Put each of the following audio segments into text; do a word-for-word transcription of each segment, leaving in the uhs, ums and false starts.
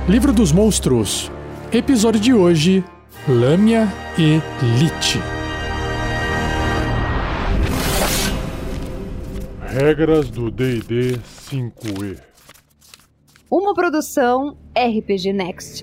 Livro dos Monstros. Episódio de hoje, Lâmia e Lich. Regras do D e D cinco E. Uma produção R P G Next.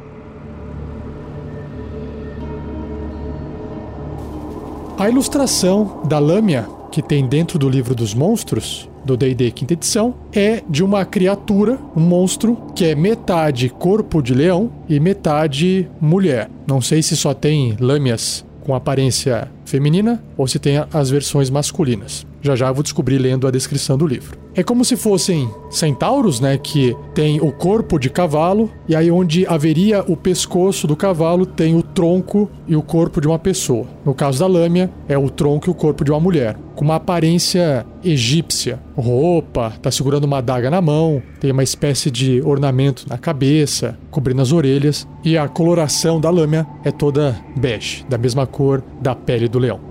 A ilustração da lâmia que tem dentro do Livro dos Monstros, do D e D quinta edição, é de uma criatura, um monstro, que é metade corpo de leão e metade mulher. Não sei se só tem lâmias com aparência feminina ou se tem as versões masculinas. Já já eu vou descobrir lendo a descrição do livro. É como se fossem centauros, né, que tem o corpo de cavalo, e aí onde haveria o pescoço do cavalo tem o tronco e o corpo de uma pessoa. No caso da lâmia, é o tronco e o corpo de uma mulher, com uma aparência egípcia. Roupa, tá segurando uma adaga na mão, tem uma espécie de ornamento na cabeça, cobrindo as orelhas, e a coloração da lâmia é toda bege, da mesma cor da pele do leão.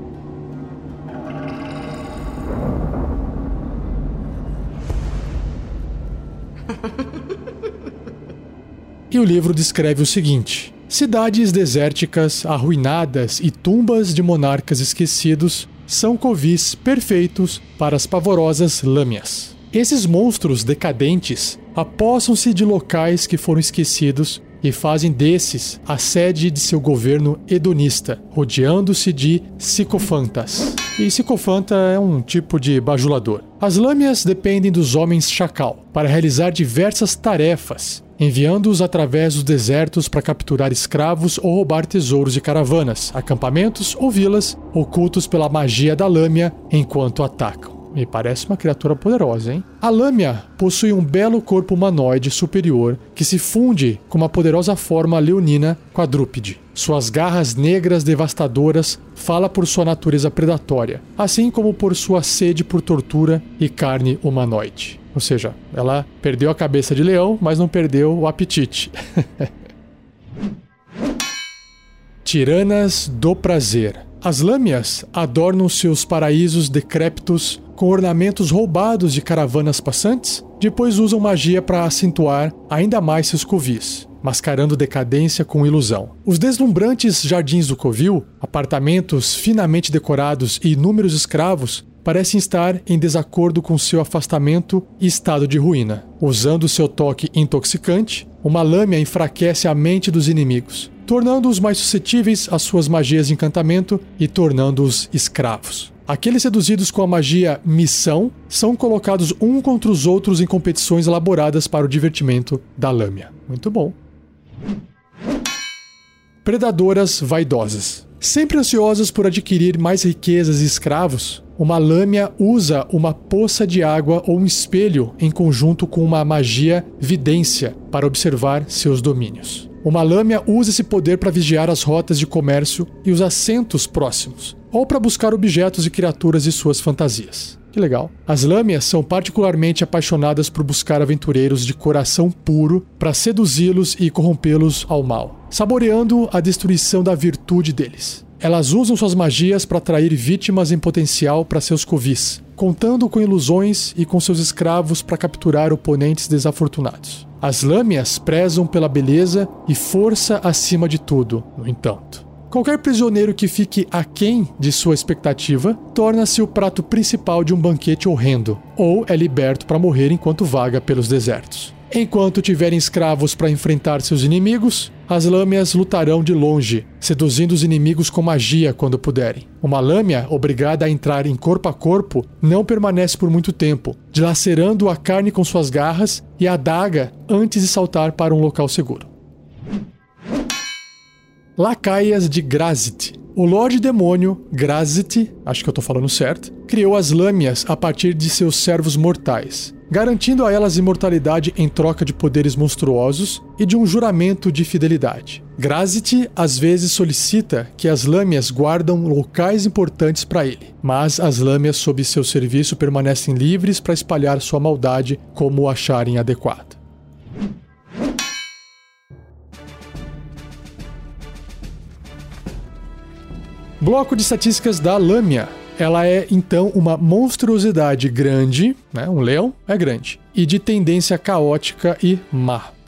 E o livro descreve o seguinte: cidades desérticas, arruinadas e tumbas de monarcas esquecidos são covis perfeitos para as pavorosas lâmias. Esses monstros decadentes apossam-se de locais que foram esquecidos e fazem desses a sede de seu governo hedonista, rodeando-se de psicofantas. E psicofanta é um tipo de bajulador. As lâmias dependem dos homens chacal para realizar diversas tarefas, enviando-os através dos desertos para capturar escravos ou roubar tesouros de caravanas, acampamentos ou vilas ocultos pela magia da lâmia enquanto atacam. Me parece uma criatura poderosa, hein? A lâmia possui um belo corpo humanoide superior que se funde com uma poderosa forma leonina quadrúpede. Suas garras negras devastadoras falam por sua natureza predatória, assim como por sua sede por tortura e carne humanoide. Ou seja, ela perdeu a cabeça de leão, mas não perdeu o apetite. Tiranas do prazer. As lâmias adornam seus paraísos decrépitos com ornamentos roubados de caravanas passantes, depois usam magia para acentuar ainda mais seus covis, mascarando decadência com ilusão. Os deslumbrantes jardins do covil, apartamentos finamente decorados e inúmeros escravos, parecem estar em desacordo com seu afastamento e estado de ruína. Usando seu toque intoxicante, uma lâmia enfraquece a mente dos inimigos, tornando-os mais suscetíveis às suas magias de encantamento e tornando-os escravos. Aqueles seduzidos com a magia missão são colocados um contra os outros em competições elaboradas para o divertimento da lâmia. Muito bom. Predadoras vaidosas. Sempre ansiosas por adquirir mais riquezas e escravos, uma lâmia usa uma poça de água ou um espelho em conjunto com uma magia vidência para observar seus domínios. Uma lâmia usa esse poder para vigiar as rotas de comércio e os assentos próximos, ou para buscar objetos e criaturas de suas fantasias. Que legal. As lâmias são particularmente apaixonadas por buscar aventureiros de coração puro para seduzi-los e corrompê-los ao mal, saboreando a destruição da virtude deles. Elas usam suas magias para atrair vítimas em potencial para seus covis, contando com ilusões e com seus escravos para capturar oponentes desafortunados. As lâmias prezam pela beleza e força acima de tudo, no entanto. Qualquer prisioneiro que fique aquém de sua expectativa torna-se o prato principal de um banquete horrendo, ou é liberto para morrer enquanto vaga pelos desertos. Enquanto tiverem escravos para enfrentar seus inimigos, as lâmias lutarão de longe, seduzindo os inimigos com magia quando puderem. Uma lâmia, obrigada a entrar em corpo a corpo, não permanece por muito tempo, dilacerando a carne com suas garras e a adaga antes de saltar para um local seguro. Lacaias de Grazit. O Lorde Demônio, Grazit, acho que eu tô falando certo, criou as lâmias a partir de seus servos mortais, garantindo a elas imortalidade em troca de poderes monstruosos e de um juramento de fidelidade. Grazit às vezes solicita que as lâmias guardam locais importantes para ele, mas as lâmias sob seu serviço permanecem livres para espalhar sua maldade como o acharem adequado. Bloco de estatísticas da lâmia. Ela é, então, uma monstruosidade grande, né? Um leão é grande, e de tendência caótica e má.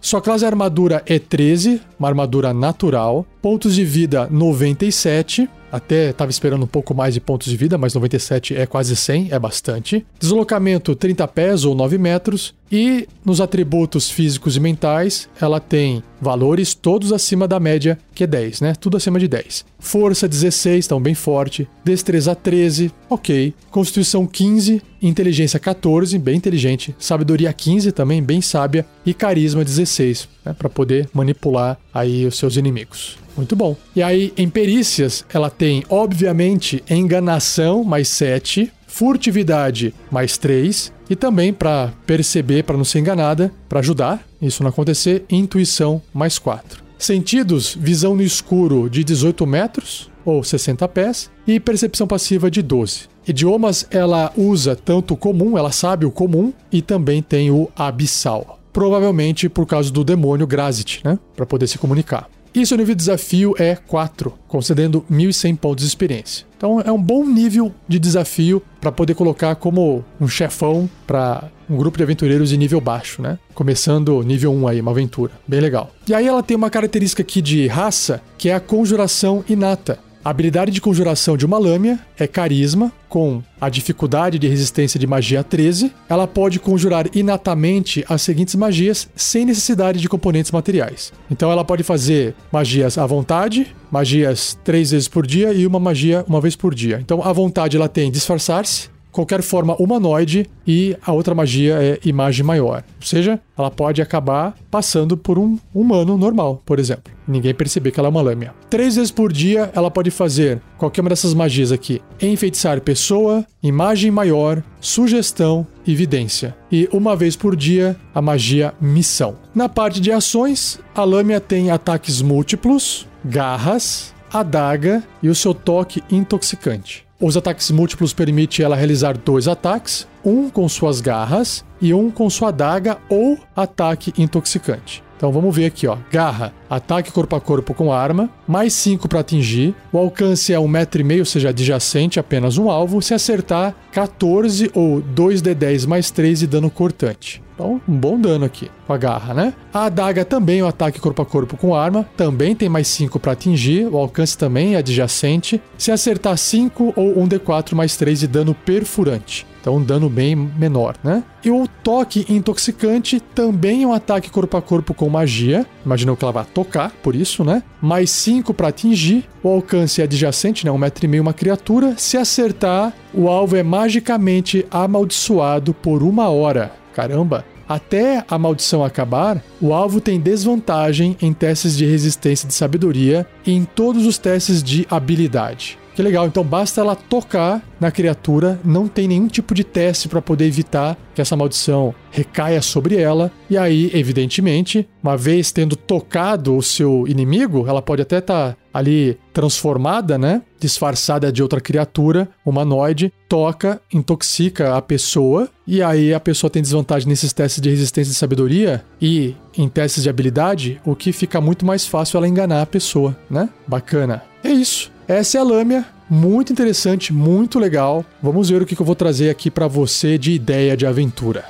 Sua classe armadura é treze, uma armadura natural. Pontos de vida noventa e sete. Até estava esperando um pouco mais de pontos de vida, mas noventa e sete é quase cem, é bastante. Deslocamento trinta pés ou nove metros. E nos atributos físicos e mentais, ela tem valores todos acima da média, que é dez, né? Tudo acima de dez. Força dezesseis, então bem forte. Destreza treze, ok. Constituição quinze. Inteligência quatorze, bem inteligente. Sabedoria quinze, também bem sábia. E carisma dezesseis, né? Para poder manipular aí os seus inimigos. Muito bom. E aí, em perícias, ela tem, obviamente, enganação, mais sete, furtividade, mais três, e também, para perceber, para não ser enganada, para ajudar isso não acontecer, intuição, mais quatro. Sentidos, visão no escuro de dezoito metros, ou sessenta pés, e percepção passiva de doze. Idiomas, ela usa tanto o comum, ela sabe o comum, e também tem o abissal. Provavelmente por causa do demônio Grazit, né? Para poder se comunicar. E seu nível de desafio é quatro, concedendo mil e cem pontos de experiência. Então é um bom nível de desafio para poder colocar como um chefão para um grupo de aventureiros de nível baixo, né? Começando nível um aí, uma aventura. Bem legal. E aí ela tem uma característica aqui de raça, que é a conjuração inata. A habilidade de conjuração de uma lâmina é carisma, com a dificuldade de resistência de magia treze. Ela pode conjurar inatamente as seguintes magias sem necessidade de componentes materiais. Então ela pode fazer magias à vontade, magias três vezes por dia e uma magia uma vez por dia. Então à vontade ela tem disfarçar-se, qualquer forma humanoide, e a outra magia é imagem maior. Ou seja, ela pode acabar passando por um humano normal, por exemplo. Ninguém perceber que ela é uma lâmina. Três vezes por dia, ela pode fazer qualquer uma dessas magias aqui. Enfeitiçar pessoa, imagem maior, sugestão e vidência. E uma vez por dia, a magia missão. Na parte de ações, a lâmina tem ataques múltiplos, garras, adaga e o seu toque intoxicante. Os ataques múltiplos permitem ela realizar dois ataques, um com suas garras e um com sua adaga ou ataque intoxicante. Então vamos ver aqui, ó. Garra, ataque corpo a corpo com arma, mais cinco para atingir. O alcance é um metro e meio, ou seja, adjacente, apenas um alvo. Se acertar, quatorze ou dois d dez mais três de dano cortante. Então, um bom dano aqui com a garra, né? A adaga também é um ataque corpo a corpo com arma. Também tem mais cinco para atingir. O alcance também é adjacente. Se acertar cinco ou um d quatro mais três de dano perfurante. Então, um dano bem menor, né? E o toque intoxicante também é um ataque corpo a corpo com magia. Imaginou que ela vai tocar, por isso, né? Mais cinco para atingir. O alcance é adjacente, né? Um metro e meio uma criatura. Se acertar, o alvo é magicamente amaldiçoado por uma hora. Caramba! Até a maldição acabar, o alvo tem desvantagem em testes de resistência de sabedoria e em todos os testes de habilidade. Que legal, então basta ela tocar na criatura, não tem nenhum tipo de teste para poder evitar que essa maldição recaia sobre ela. E aí, evidentemente, uma vez tendo tocado o seu inimigo, ela pode até estar tá ali transformada, né? Disfarçada de outra criatura, humanoide, toca, intoxica a pessoa, e aí a pessoa tem desvantagem nesses testes de resistência de sabedoria e em testes de habilidade, o que fica muito mais fácil ela enganar a pessoa, né? Bacana. É isso. Essa é a lâmina, muito interessante, muito legal. Vamos ver o que eu vou trazer aqui para você de ideia de aventura.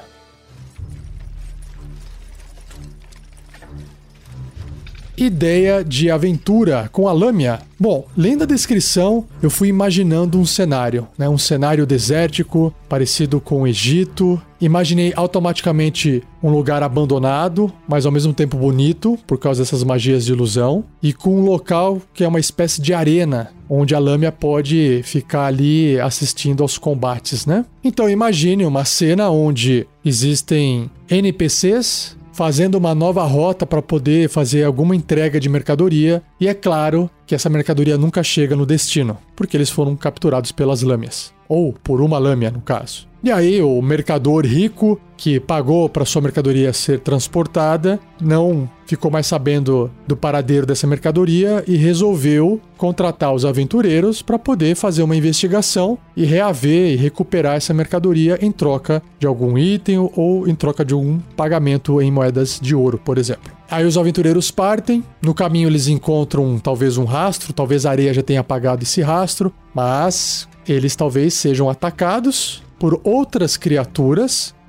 Ideia de aventura com a lâmina. Bom, lendo a descrição, eu fui imaginando um cenário, né? Um cenário desértico, parecido com o Egito. Imaginei automaticamente um lugar abandonado, mas ao mesmo tempo bonito, por causa dessas magias de ilusão. E com um local que é uma espécie de arena, onde a lâmina pode ficar ali assistindo aos combates, né? Então imagine uma cena onde existem N P Cs fazendo uma nova rota para poder fazer alguma entrega de mercadoria, e é claro que essa mercadoria nunca chega no destino, porque eles foram capturados pelas lâminas, ou por uma lâmina no caso. E aí o mercador rico que pagou para sua mercadoria ser transportada não ficou mais sabendo do paradeiro dessa mercadoria e resolveu contratar os aventureiros para poder fazer uma investigação e reaver e recuperar essa mercadoria em troca de algum item ou em troca de um pagamento em moedas de ouro, por exemplo. Aí os aventureiros partem, no caminho eles encontram talvez um rastro, talvez a areia já tenha apagado esse rastro, mas eles talvez sejam atacados por outras criaturas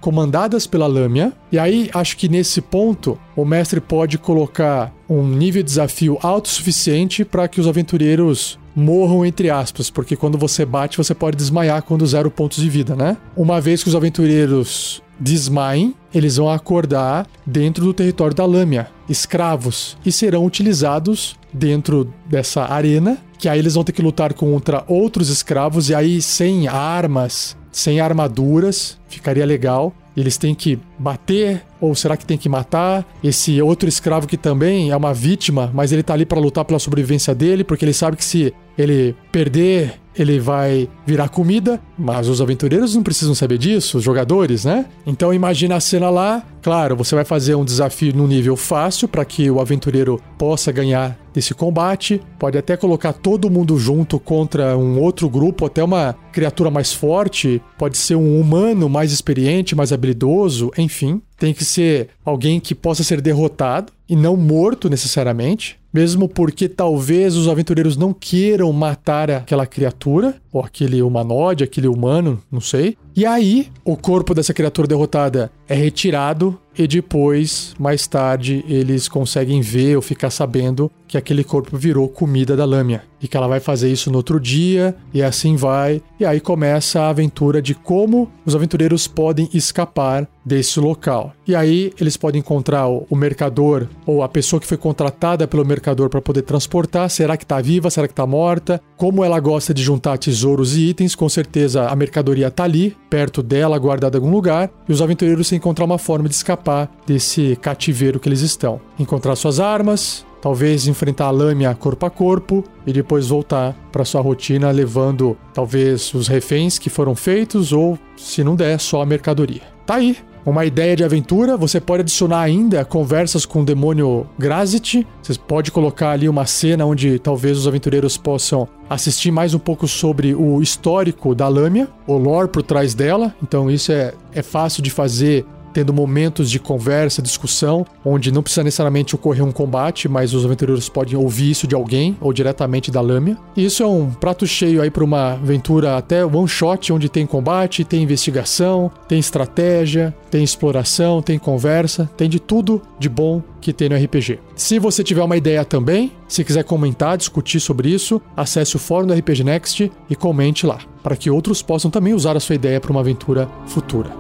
comandadas pela Lâmia. E aí, acho que nesse ponto, o mestre pode colocar um nível de desafio alto o suficiente para que os aventureiros morram, entre aspas, porque quando você bate, você pode desmaiar quando zero pontos de vida, né? Uma vez que os aventureiros desmaiem, eles vão acordar dentro do território da Lâmia, escravos, e serão utilizados dentro dessa arena, que aí eles vão ter que lutar contra outros escravos, e aí sem armas, sem armaduras, ficaria legal. Eles têm que bater, ou será que tem que matar esse outro escravo que também é uma vítima, mas ele tá ali para lutar pela sobrevivência dele, porque ele sabe que se ele perder, ele vai virar comida, mas os aventureiros não precisam saber disso, os jogadores, né? Então imagina a cena lá, claro, você vai fazer um desafio num nível fácil para que o aventureiro possa ganhar desse combate, pode até colocar todo mundo junto contra um outro grupo, até uma criatura mais forte, pode ser um humano mais experiente, mais habilidoso, enfim. Tem que ser alguém que possa ser derrotado e não morto necessariamente, mesmo porque talvez os aventureiros não queiram matar aquela criatura, ou aquele humanoide, aquele humano, não sei. E aí, o corpo dessa criatura derrotada é retirado e depois, mais tarde, eles conseguem ver ou ficar sabendo que aquele corpo virou comida da Lâmia e que ela vai fazer isso no outro dia e assim vai. E aí começa a aventura de como os aventureiros podem escapar desse local. E aí eles podem encontrar o, o mercador ou a pessoa que foi contratada pelo mercador para poder transportar. Será que tá viva? Será que tá morta? Como ela gosta de juntar tesouros e itens, com certeza a mercadoria tá ali, perto dela, guardada em algum lugar. E os aventureiros têm que encontrar uma forma de escapar desse cativeiro que eles estão. Encontrar suas armas, talvez enfrentar a Lâmia corpo a corpo e depois voltar para sua rotina levando talvez os reféns que foram feitos ou, se não der, só a mercadoria. Tá aí uma ideia de aventura. Você pode adicionar ainda conversas com o demônio Grazit. Você pode colocar ali uma cena onde talvez os aventureiros possam assistir mais um pouco sobre o histórico da Lâmia, o lore por trás dela. Então isso é, é fácil de fazer, tendo momentos de conversa, discussão, onde não precisa necessariamente ocorrer um combate, mas os aventureiros podem ouvir isso de alguém ou diretamente da Lâmia. E isso é um prato cheio aí para uma aventura até one shot, onde tem combate, tem investigação, tem estratégia, tem exploração, tem conversa, tem de tudo de bom que tem no R P G. Se você tiver uma ideia também, se quiser comentar, discutir sobre isso, acesse o fórum do R P G Next e comente lá, para que outros possam também usar a sua ideia para uma aventura futura.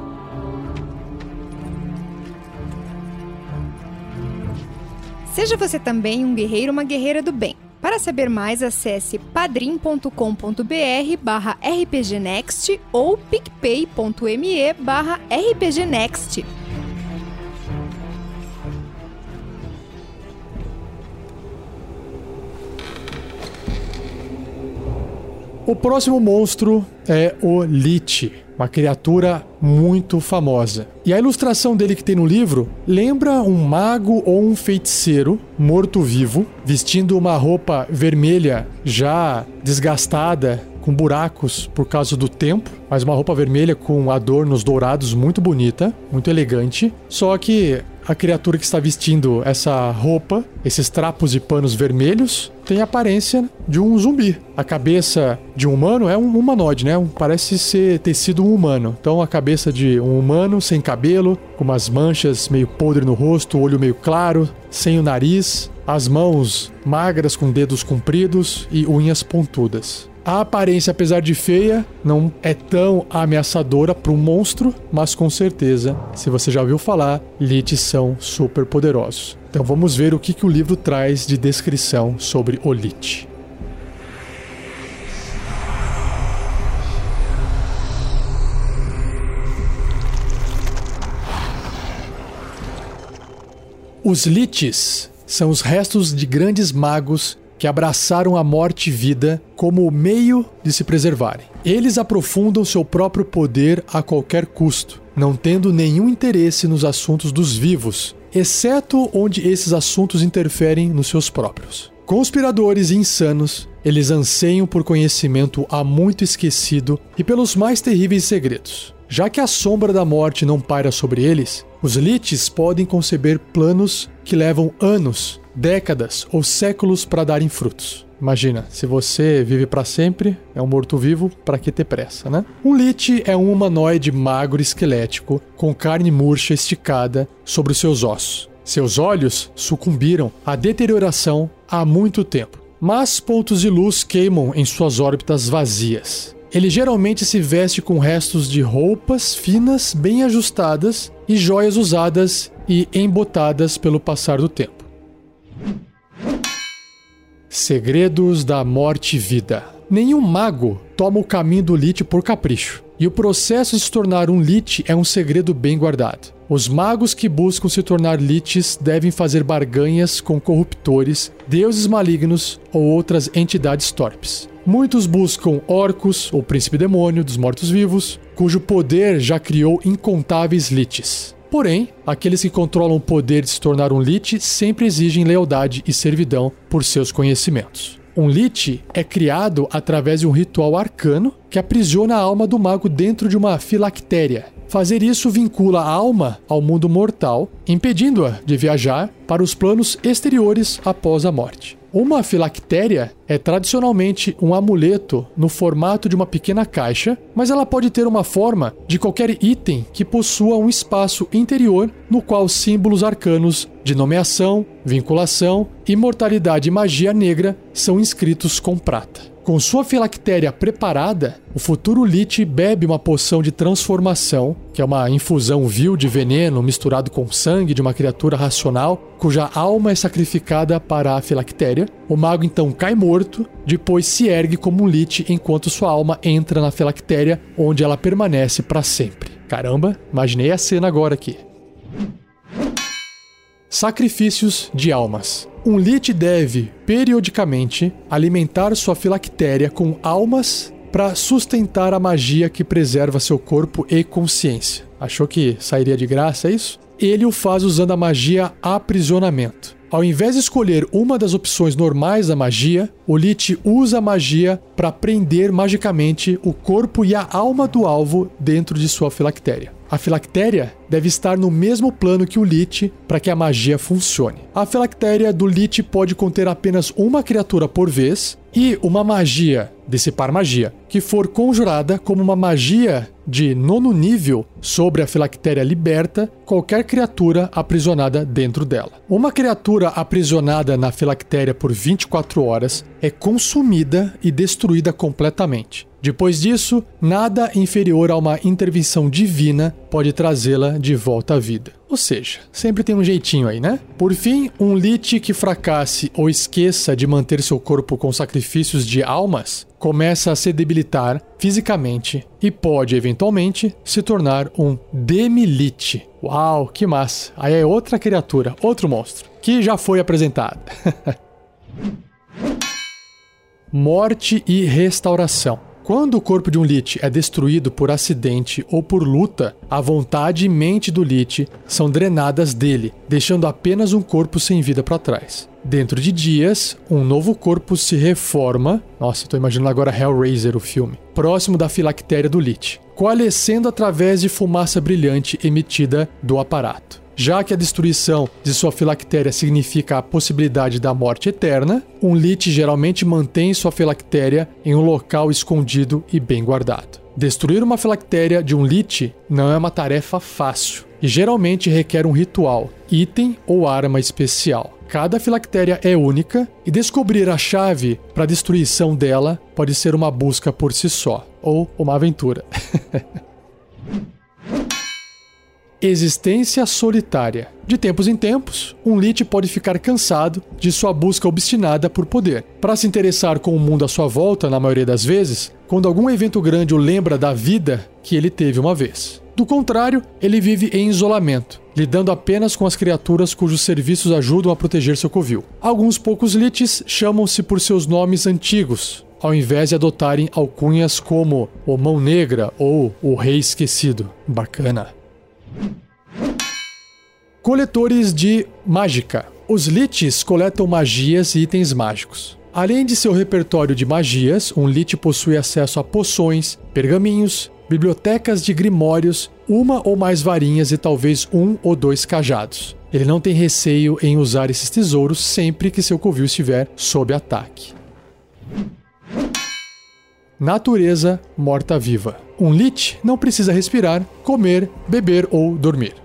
Seja você também um guerreiro ou uma guerreira do bem. Para saber mais, acesse padrim.com.br barra rpgnext ou picpay.me barra rpgnext. O próximo monstro é o Lich, uma criatura muito famosa. E a ilustração dele que tem no livro lembra um mago ou um feiticeiro morto-vivo, vestindo uma roupa vermelha já desgastada, com buracos por causa do tempo, mas uma roupa vermelha com adornos dourados muito bonita, muito elegante. Só que a criatura que está vestindo essa roupa, esses trapos e panos vermelhos, tem a aparência de um zumbi. A cabeça de um humano é um humanoide, né? Parece ser, ter sido um humano. Então a cabeça de um humano sem cabelo, com umas manchas meio podre no rosto, o olho meio claro, sem o nariz, as mãos magras com dedos compridos e unhas pontudas. A aparência, apesar de feia, não é tão ameaçadora para um monstro, mas com certeza, se você já ouviu falar, Liches são super poderosos. Então vamos ver o que, que o livro traz de descrição sobre o Lich. Os Liches são os restos de grandes magos que abraçaram a morte e vida como meio de se preservarem. Eles aprofundam seu próprio poder a qualquer custo, não tendo nenhum interesse nos assuntos dos vivos, exceto onde esses assuntos interferem nos seus próprios. Conspiradores e insanos, eles anseiam por conhecimento há muito esquecido e pelos mais terríveis segredos. Já que a sombra da morte não paira sobre eles, os Liches podem conceber planos que levam anos, décadas ou séculos para darem frutos. Imagina, se você vive pra sempre, é um morto-vivo, pra que ter pressa, né? Um lich é um humanoide magro esquelético, com carne murcha esticada sobre os seus ossos. Seus olhos sucumbiram à deterioração há muito tempo, mas pontos de luz queimam em suas órbitas vazias. Ele geralmente se veste com restos de roupas finas, bem ajustadas e joias usadas e embotadas pelo passar do tempo. Segredos da morte e vida. Nenhum mago toma o caminho do lich por capricho, e o processo de se tornar um lich é um segredo bem guardado. Os magos que buscam se tornar liches devem fazer barganhas com corruptores, deuses malignos ou outras entidades torpes. Muitos buscam orcos, ou príncipe demônio dos mortos-vivos, cujo poder já criou incontáveis liches. Porém, aqueles que controlam o poder de se tornar um lich sempre exigem lealdade e servidão por seus conhecimentos. Um lich é criado através de um ritual arcano que aprisiona a alma do mago dentro de uma filactéria. Fazer isso vincula a alma ao mundo mortal, impedindo-a de viajar para os planos exteriores após a morte. Uma filactéria é tradicionalmente um amuleto no formato de uma pequena caixa, mas ela pode ter uma forma de qualquer item que possua um espaço interior no qual símbolos arcanos de nomeação, vinculação, imortalidade e magia negra são inscritos com prata. Com sua filactéria preparada, o futuro lich bebe uma poção de transformação, que é uma infusão vil de veneno misturado com sangue de uma criatura racional, cuja alma é sacrificada para a filactéria. O mago então cai morto, depois se ergue como um lich enquanto sua alma entra na filactéria, onde ela permanece para sempre. Caramba, imaginei a cena agora aqui. Sacrifícios de almas. Um lich deve, periodicamente, alimentar sua filactéria com almas para sustentar a magia que preserva seu corpo e consciência. Achou que sairia de graça, é isso? Ele o faz usando a magia aprisionamento. Ao invés de escolher uma das opções normais da magia, o lich usa a magia para prender magicamente o corpo e a alma do alvo dentro de sua filactéria. A filactéria deve estar no mesmo plano que o lich para que a magia funcione. A filactéria do lich pode conter apenas uma criatura por vez e uma magia, dissipar magia, que for conjurada como uma magia de nono nível sobre a filactéria liberta qualquer criatura aprisionada dentro dela. Uma criatura aprisionada na filactéria por vinte e quatro horas é consumida e destruída completamente. Depois disso, nada inferior a uma intervenção divina pode trazê-la de volta à vida. Ou seja, sempre tem um jeitinho aí, né? Por fim, um lich que fracasse ou esqueça de manter seu corpo com sacrifícios de almas começa a se debilitar fisicamente e pode, eventualmente, se tornar um demi-lich. Uau, que massa! Aí é outra criatura, outro monstro, que já foi apresentado. Morte e restauração. Quando o corpo de um lich é destruído por acidente ou por luta, a vontade e mente do lich são drenadas dele, deixando apenas um corpo sem vida para trás. Dentro de dias, um novo corpo se reforma, nossa, estou imaginando agora Hellraiser, o filme, próximo da filactéria do lich, coalescendo através de fumaça brilhante emitida do aparato. Já que a destruição de sua filactéria significa a possibilidade da morte eterna, um lich geralmente mantém sua filactéria em um local escondido e bem guardado. Destruir uma filactéria de um lich não é uma tarefa fácil e geralmente requer um ritual, item ou arma especial. Cada filactéria é única e descobrir a chave para a destruição dela pode ser uma busca por si só, ou uma aventura. Existência solitária. De tempos em tempos, um lich pode ficar cansado de sua busca obstinada por poder. Para se interessar com o mundo à sua volta, na maioria das vezes, quando algum evento grande o lembra da vida que ele teve uma vez. Do contrário, ele vive em isolamento, lidando apenas com as criaturas cujos serviços ajudam a proteger seu covil. Alguns poucos liches chamam-se por seus nomes antigos, ao invés de adotarem alcunhas como o Mão Negra ou o Rei Esquecido. Bacana. Coletores de mágica. Os liches coletam magias e itens mágicos. Além de seu repertório de magias, um lich possui acesso a poções, pergaminhos, bibliotecas de grimórios, uma ou mais varinhas e talvez um ou dois cajados. Ele não tem receio em usar esses tesouros sempre que seu covil estiver sob ataque. Natureza morta-viva. Um lich não precisa respirar, comer, beber ou dormir.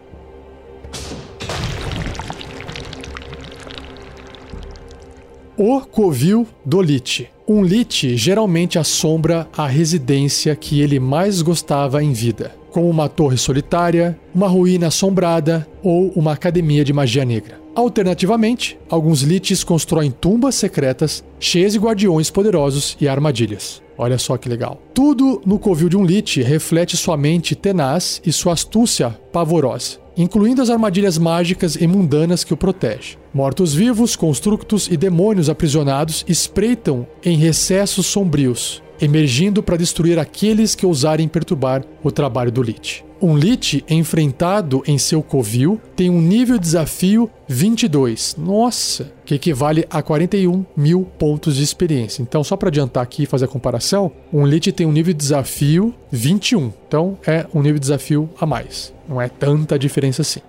O covil do lich. Um lich geralmente assombra a residência que ele mais gostava em vida, como uma torre solitária, uma ruína assombrada ou uma academia de magia negra. Alternativamente, alguns liches constroem tumbas secretas cheias de guardiões poderosos e armadilhas. Olha só que legal. Tudo no covil de um lich reflete sua mente tenaz e sua astúcia pavorosa, incluindo as armadilhas mágicas e mundanas que o protegem. Mortos-vivos, constructos e demônios aprisionados espreitam em recessos sombrios, emergindo para destruir aqueles que ousarem perturbar o trabalho do lich. Um lich enfrentado em seu covil tem um nível de desafio vinte e dois. Nossa! Que equivale a quarenta e um mil pontos de experiência. Então, só para adiantar aqui e fazer a comparação, um lich tem um nível de desafio vinte e um. Então, é um nível de desafio a mais. Não é tanta diferença assim.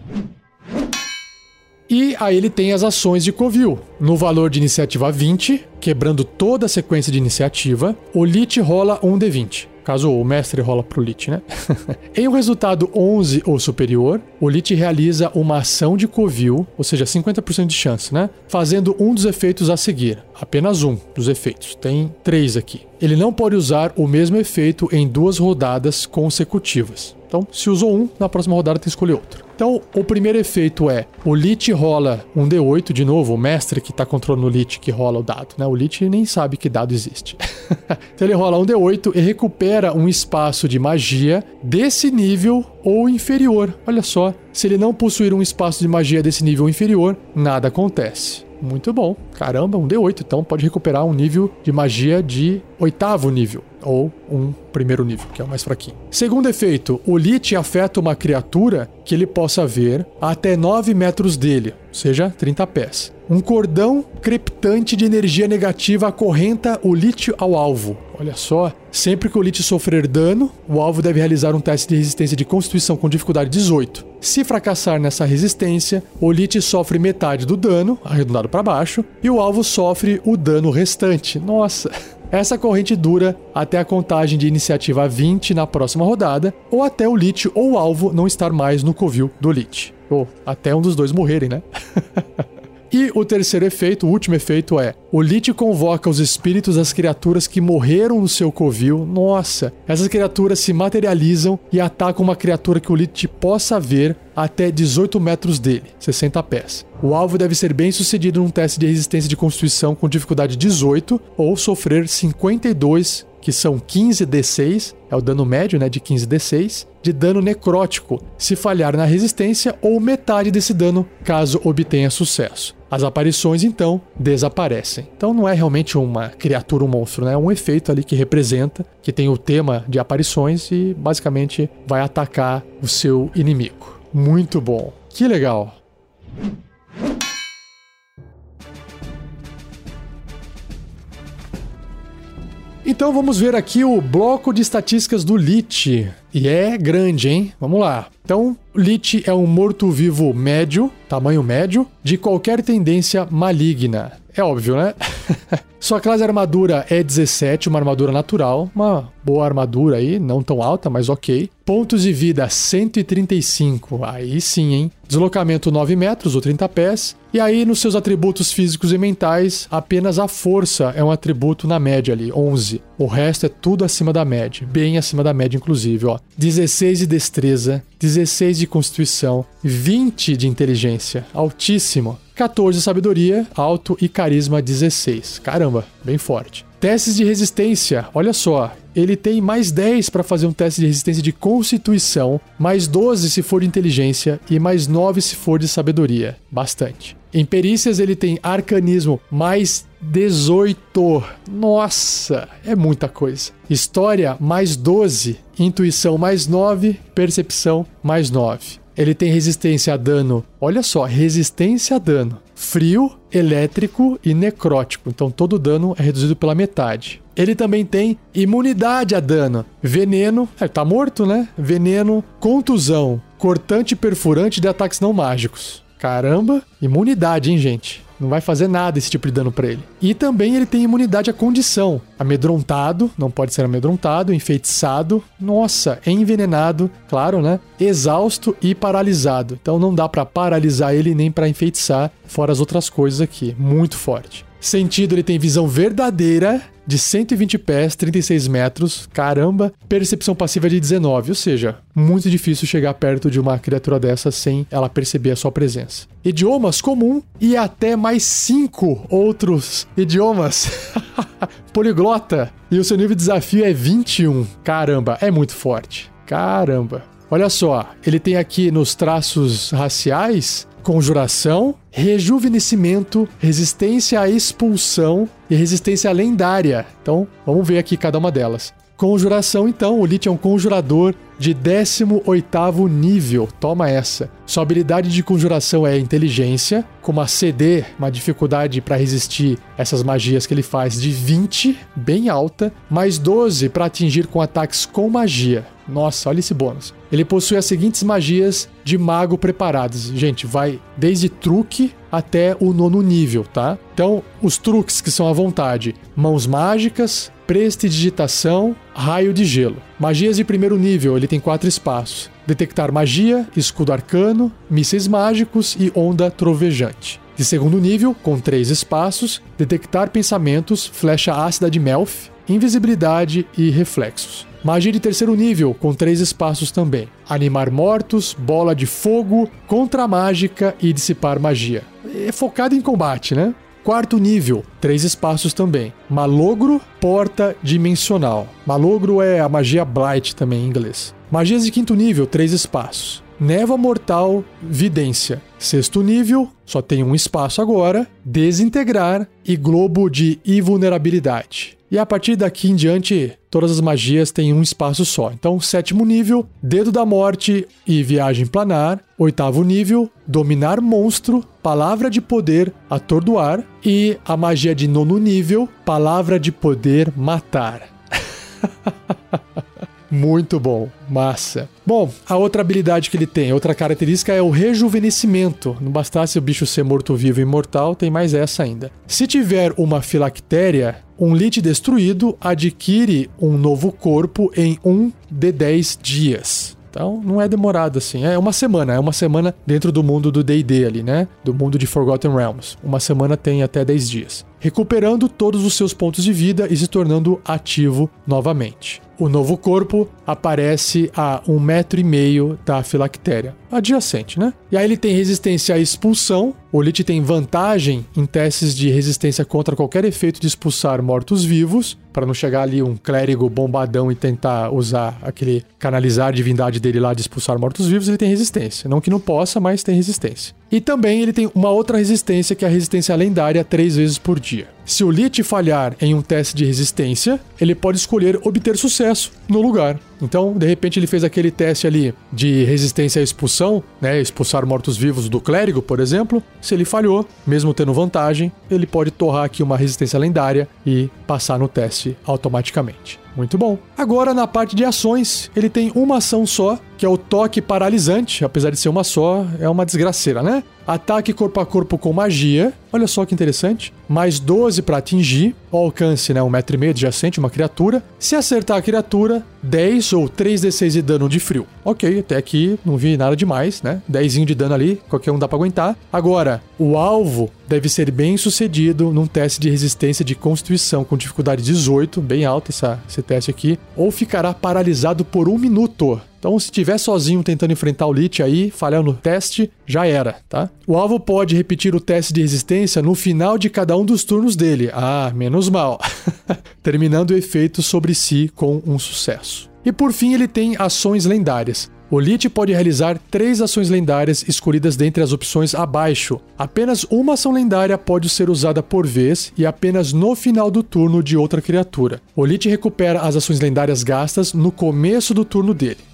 E aí ele tem as ações de covil. No valor de iniciativa vinte, quebrando toda a sequência de iniciativa, o lich rola um D vinte. Caso o mestre rola pro lich, né? Em um resultado onze ou superior, o lich realiza uma ação de covil, ou seja, cinquenta por cento de chance, né? Fazendo um dos efeitos a seguir. Apenas um dos efeitos. Tem três aqui. Ele não pode usar o mesmo efeito em duas rodadas consecutivas. Então, se usou um, na próxima rodada tem que escolher outro. Então, o primeiro efeito é, o lich rola um D oito, de novo, o mestre que está controlando o lich que rola o dado, né? O lich nem sabe que dado existe. Então ele rola um D oito e recupera um espaço de magia desse nível ou inferior. Olha só, se ele não possuir um espaço de magia desse nível inferior, nada acontece. Muito bom. Caramba, um D oito, então pode recuperar um nível de magia de oitavo nível, ou um primeiro nível, que é o mais fraquinho. Segundo efeito, o lich afeta uma criatura que ele possa ver até nove metros dele, ou seja, trinta pés. Um cordão crepitante de energia negativa acorrenta o lich ao alvo. Olha só, sempre que o lich sofrer dano, o alvo deve realizar um teste de resistência de constituição com dificuldade dezoito. Se fracassar nessa resistência, o lich sofre metade do dano, arredondado para baixo, e o alvo sofre o dano restante. Nossa! Essa corrente dura até a contagem de iniciativa vinte na próxima rodada, ou até o lich ou o alvo não estar mais no covil do lich. Ou até um dos dois morrerem, né? E o terceiro efeito, o último efeito é: o lich convoca os espíritos das criaturas que morreram no seu covil. Nossa! Essas criaturas se materializam e atacam uma criatura que o lich possa ver até dezoito metros dele, sessenta pés. O alvo deve ser bem sucedido num teste de resistência de constituição com dificuldade dezoito ou sofrer cinquenta e dois, que são quinze D seis, é o dano médio, né, de quinze D seis, de dano necrótico, se falhar na resistência, ou metade desse dano, caso obtenha sucesso. As aparições, então, desaparecem. Então não é realmente uma criatura, um monstro, né? É um efeito ali que representa, que tem o tema de aparições e basicamente vai atacar o seu inimigo. Muito bom. Que legal. Então vamos ver aqui o bloco de estatísticas do lich. E é grande, hein? Vamos lá. Então, o lich é um morto-vivo médio, tamanho médio, de qualquer tendência maligna. É óbvio, né? Sua classe de armadura é dezessete, uma armadura natural, uma boa armadura aí, não tão alta, mas ok. Pontos de vida cento e trinta e cinco, aí sim, hein? Deslocamento nove metros ou trinta pés. E aí nos seus atributos físicos e mentais, apenas a força é um atributo na média ali, onze. O resto é tudo acima da média, bem acima da média inclusive, ó. dezesseis de destreza, dezesseis de constituição, vinte de inteligência, altíssimo. quatorze de sabedoria, alto, e carisma dezesseis. Caramba, bem forte. Testes de resistência, olha só, ele tem mais dez para fazer um teste de resistência de constituição, mais doze se for de inteligência e mais nove se for de sabedoria. Bastante. Em perícias ele tem arcanismo mais dezoito. Nossa, é muita coisa. História mais doze, intuição mais nove, percepção mais nove. Ele tem resistência a dano, olha só, resistência a dano, frio, elétrico e necrótico. Então todo dano é reduzido pela metade. Ele também tem imunidade a dano, veneno, é, tá morto, né? Veneno, contusão, cortante e perfurante de ataques não mágicos. Caramba, imunidade, hein, gente? Não vai fazer nada esse tipo de dano pra ele. E também ele tem imunidade à condição. Amedrontado, não pode ser amedrontado, enfeitiçado, nossa, envenenado, claro, né? Exausto e paralisado. Então não dá pra paralisar ele nem pra enfeitiçar, fora as outras coisas aqui. Muito forte. Sentido, ele tem visão verdadeira de cento e vinte pés, trinta e seis metros, caramba. Percepção passiva de dezenove, ou seja, muito difícil chegar perto de uma criatura dessa sem ela perceber a sua presença. Idiomas comum e até mais cinco outros idiomas. Poliglota. E o seu nível de desafio é vinte e um. Caramba, é muito forte. Caramba. Olha só, ele tem aqui nos traços raciais conjuração, rejuvenescimento, resistência à expulsão e resistência lendária. Então, vamos ver aqui cada uma delas. Conjuração, então, o Lich é um conjurador de décimo oitavo nível. Toma essa. Sua habilidade de conjuração é inteligência, com uma C D, uma dificuldade para resistir essas magias que ele faz de vinte, bem alta, mais doze para atingir com ataques com magia. Nossa, olha esse bônus. Ele possui as seguintes magias de mago preparadas. Gente, vai desde truque até o nono nível, tá? Então, os truques que são à vontade. Mãos mágicas, prestidigitação, raio de gelo. Magias de primeiro nível, ele tem quatro espaços. Detectar magia, escudo arcano, mísseis mágicos e onda trovejante. De segundo nível, com três espaços, detectar pensamentos, flecha ácida de Melf, invisibilidade e reflexos. Magia de terceiro nível, com três espaços também. Animar mortos, bola de fogo, contra-mágica e dissipar magia. É focado em combate, né? Quarto nível, três espaços também. Malogro, porta dimensional. Malogro é a magia Blight também em inglês. Magias de quinto nível, três espaços. Névoa mortal, vidência. Sexto nível, só tem um espaço agora. Desintegrar e globo de invulnerabilidade. E a partir daqui em diante, todas as magias têm um espaço só. Então, sétimo nível, Dedo da Morte e Viagem Planar. Oitavo nível, Dominar Monstro, Palavra de Poder, Atordoar. E a magia de nono nível, Palavra de Poder, Matar. Muito bom, massa. Bom, a outra habilidade que ele tem, outra característica é o rejuvenescimento. Não bastasse o bicho ser morto-vivo e imortal, tem mais essa ainda. Se tiver uma filactéria, um Lich destruído adquire um novo corpo em um de dez dias. Então, não é demorado assim. É uma semana. É uma semana dentro do mundo do D e D ali, né? Do mundo de Forgotten Realms. Uma semana tem até dez dias. Recuperando todos os seus pontos de vida e se tornando ativo novamente. O novo corpo aparece a um metro e meio da filactéria. Adjacente, né? E aí ele tem resistência à expulsão. O Lich tem vantagem em testes de resistência contra qualquer efeito de expulsar mortos-vivos. Para não chegar ali um clérigo bombadão e tentar usar aquele canalizar a divindade dele lá de expulsar mortos-vivos, ele tem resistência. Não que não possa, mas tem resistência. E também ele tem uma outra resistência, que é a resistência lendária, três vezes por dia. Se o Lich falhar em um teste de resistência, ele pode escolher obter sucesso no lugar. Então, de repente, ele fez aquele teste ali de resistência à expulsão, né? Expulsar mortos-vivos do clérigo, por exemplo. Se ele falhou, mesmo tendo vantagem, ele pode torrar aqui uma resistência lendária e passar no teste automaticamente. Muito bom. Agora, na parte de ações, ele tem uma ação só, que é o toque paralisante. Apesar de ser uma só, é uma desgraceira, né? Ataque corpo a corpo com magia. Olha só que interessante. Mais doze para atingir. O alcance, né? Um metro e meio adjacente, uma criatura. Se acertar a criatura, dez ou três d seis de dano de frio. Ok, até aqui não vi nada demais, né? dez de dano ali, qualquer um dá para aguentar. Agora, o alvo deve ser bem sucedido num teste de resistência de constituição com dificuldade dezoito, bem alto essa, esse teste aqui, ou ficará paralisado por um minuto. Então, se estiver sozinho tentando enfrentar o Lich aí, falhando no teste, já era, tá? O alvo pode repetir o teste de resistência no final de cada um dos turnos dele. Ah, menos mal. Terminando o efeito sobre si com um sucesso. E por fim, ele tem ações lendárias. O Lich pode realizar três ações lendárias escolhidas dentre as opções abaixo. Apenas uma ação lendária pode ser usada por vez e apenas no final do turno de outra criatura. O Lich recupera as ações lendárias gastas no começo do turno dele.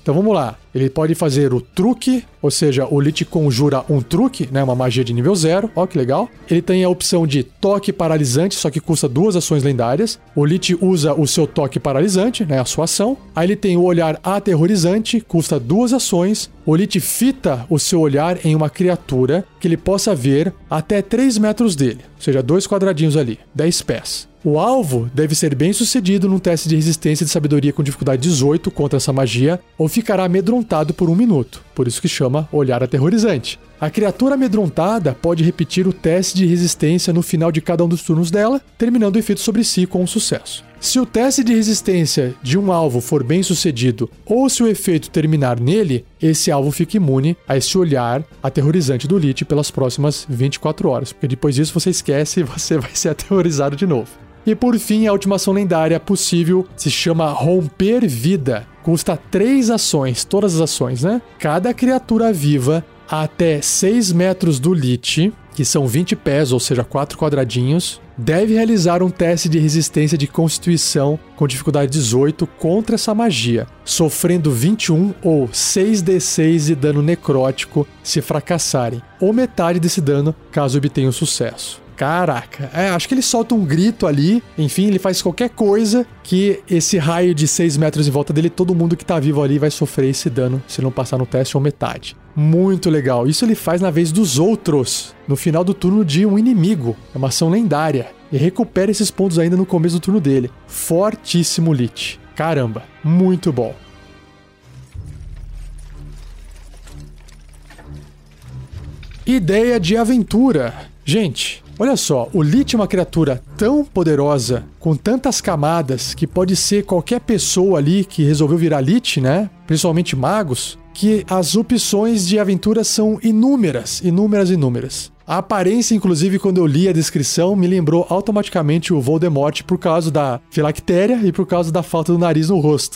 Então vamos lá. Ele pode fazer o truque, ou seja, o Lich conjura um truque, né, uma magia de nível zero. Ó, que legal. Ele tem a opção de toque paralisante, só que custa duas ações lendárias. O Lich usa o seu toque paralisante, né, a sua ação. Aí ele tem o olhar aterrorizante, custa duas ações. O Lich fita o seu olhar em uma criatura que ele possa ver até três metros dele, ou seja, dois quadradinhos ali, dez pés. O alvo deve ser bem sucedido num teste de resistência de sabedoria com dificuldade dezoito contra essa magia, ou ficará amedrontado por um minuto, por isso que chama olhar aterrorizante. A criatura amedrontada pode repetir o teste de resistência no final de cada um dos turnos dela, terminando o efeito sobre si com um sucesso. Se o teste de resistência de um alvo for bem sucedido, ou se o efeito terminar nele, esse alvo fica imune a esse olhar aterrorizante do Lich pelas próximas vinte e quatro horas, porque depois disso você esquece e você vai ser aterrorizado de novo. E por fim, a última ação lendária possível se chama Romper Vida. Custa três ações, todas as ações, né? Cada criatura viva até seis metros do Lich, que são vinte pés, ou seja, quatro quadradinhos, deve realizar um teste de resistência de constituição com dificuldade dezoito contra essa magia, sofrendo vinte e um ou seis d seis de dano necrótico se fracassarem, ou metade desse dano caso obtenham sucesso. Caraca, é, acho que ele solta um grito ali, enfim, ele faz qualquer coisa que esse raio de seis metros em volta dele, todo mundo que tá vivo ali vai sofrer esse dano se não passar no teste ou metade. Muito legal, isso ele faz na vez dos outros, no final do turno de um inimigo, é uma ação lendária, e recupera esses pontos ainda no começo do turno dele. Fortíssimo Lich, caramba, muito bom. Ideia de aventura. Gente, olha só, o Lich é uma criatura tão poderosa, com tantas camadas, que pode ser qualquer pessoa ali que resolveu virar Lich, né? Principalmente magos, que as opções de aventura são inúmeras, inúmeras, inúmeras. A aparência, inclusive, quando eu li a descrição, me lembrou automaticamente o Voldemort por causa da filactéria e por causa da falta do nariz no rosto.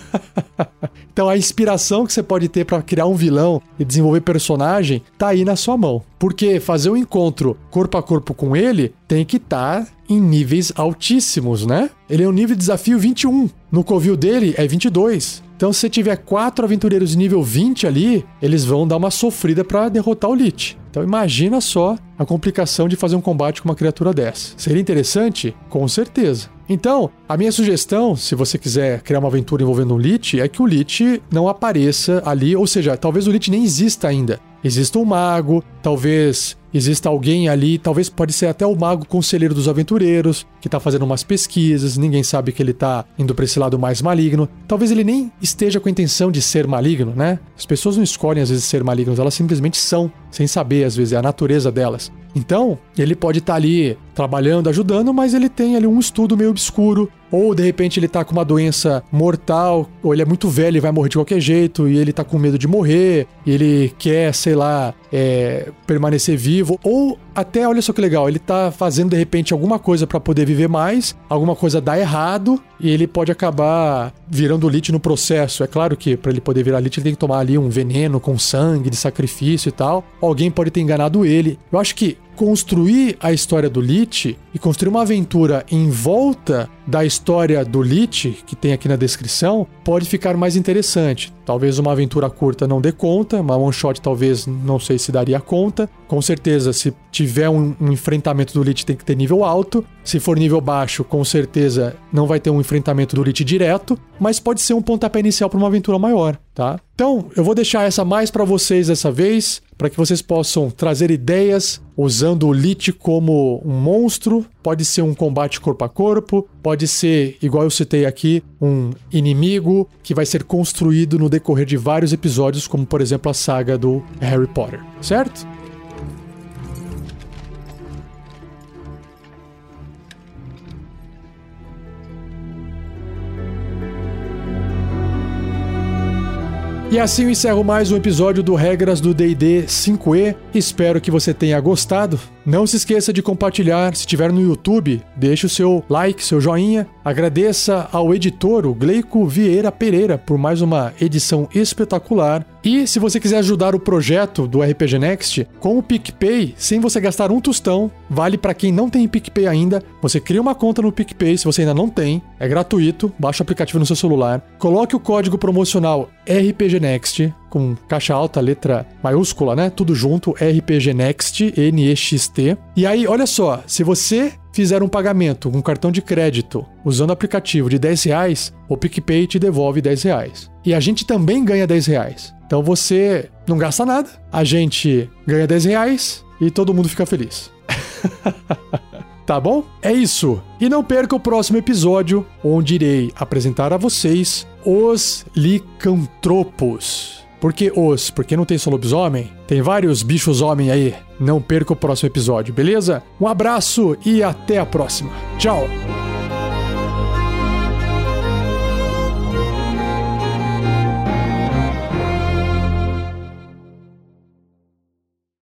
Então a inspiração que você pode ter para criar um vilão e desenvolver personagem tá aí na sua mão. Porque fazer um encontro corpo a corpo com ele tem que estar tá em níveis altíssimos, né? Ele é um nível de desafio vinte e um. No covil dele é vinte e dois. Então se você tiver quatro aventureiros de nível vinte ali, eles vão dar uma sofrida para derrotar o Lich. Então imagina só a complicação de fazer um combate com uma criatura dessa. Seria interessante? Com certeza. Então, a minha sugestão, se você quiser criar uma aventura envolvendo um Lich, é que o Lich não apareça ali, ou seja, talvez o Lich nem exista ainda. Exista um mago, talvez exista alguém ali, talvez pode ser até o mago conselheiro dos aventureiros, que tá fazendo umas pesquisas, ninguém sabe que ele tá indo pra esse lado mais maligno. Talvez ele nem esteja com a intenção de ser maligno, né? As pessoas não escolhem às vezes ser malignos, elas simplesmente são, sem saber às vezes, é a natureza delas. Então, ele pode estar tá ali trabalhando, ajudando, mas ele tem ali um estudo meio obscuro, ou de repente ele tá com uma doença mortal, ou ele é muito velho e vai morrer de qualquer jeito, e ele tá com medo de morrer, e ele quer, sei lá, é, permanecer vivo, ou até, olha só que legal, ele tá fazendo de repente alguma coisa para poder viver mais, alguma coisa dá errado, e ele pode acabar virando Lich no processo. É claro que para ele poder virar Lich ele tem que tomar ali um veneno com sangue de sacrifício e tal. Alguém pode ter enganado ele. Eu acho que construir a história do Lich e construir uma aventura em volta da história do Lich, que tem aqui na descrição, pode ficar mais interessante. Talvez uma aventura curta não dê conta, uma one shot talvez não sei se daria conta. Com certeza, se tiver um, um enfrentamento do Lich tem que ter nível alto. Se for nível baixo, com certeza não vai ter um enfrentamento do Lich direto, mas pode ser um pontapé inicial para uma aventura maior, tá? Então, eu vou deixar essa mais para vocês dessa vez, para que vocês possam trazer ideias usando o Lich como um monstro. Pode ser um combate corpo a corpo, pode ser, igual eu citei aqui, um inimigo que vai ser construído no decorrer de vários episódios, como por exemplo a saga do Harry Potter, certo? E assim eu encerro mais um episódio do Regras do D e D cinco E. Espero que você tenha gostado. Não se esqueça de compartilhar. Se estiver no YouTube, deixe o seu like, seu joinha. Agradeça ao editor, o Gleico Vieira Pereira, por mais uma edição espetacular. E se você quiser ajudar o projeto do R P G Next com o PicPay, sem você gastar um tostão, vale para quem não tem PicPay ainda. Você cria uma conta no PicPay, se você ainda não tem, é gratuito, baixa o aplicativo no seu celular, coloque o código promocional R P G Next, com caixa alta, letra maiúscula, né? Tudo junto, R P G Next, N E X T. E aí, olha só, se você fizer um pagamento com cartão de crédito usando o aplicativo de dez reais, o PicPay te devolve dez reais. E a gente também ganha dez reais. Então você não gasta nada, a gente ganha dez reais e todo mundo fica feliz. Tá bom? É isso. E não perca o próximo episódio, onde irei apresentar a vocês os licantropos. Por que os? Porque não tem só lobisomem? Tem vários bichos homem aí. Não perca o próximo episódio, beleza? Um abraço e até a próxima. Tchau!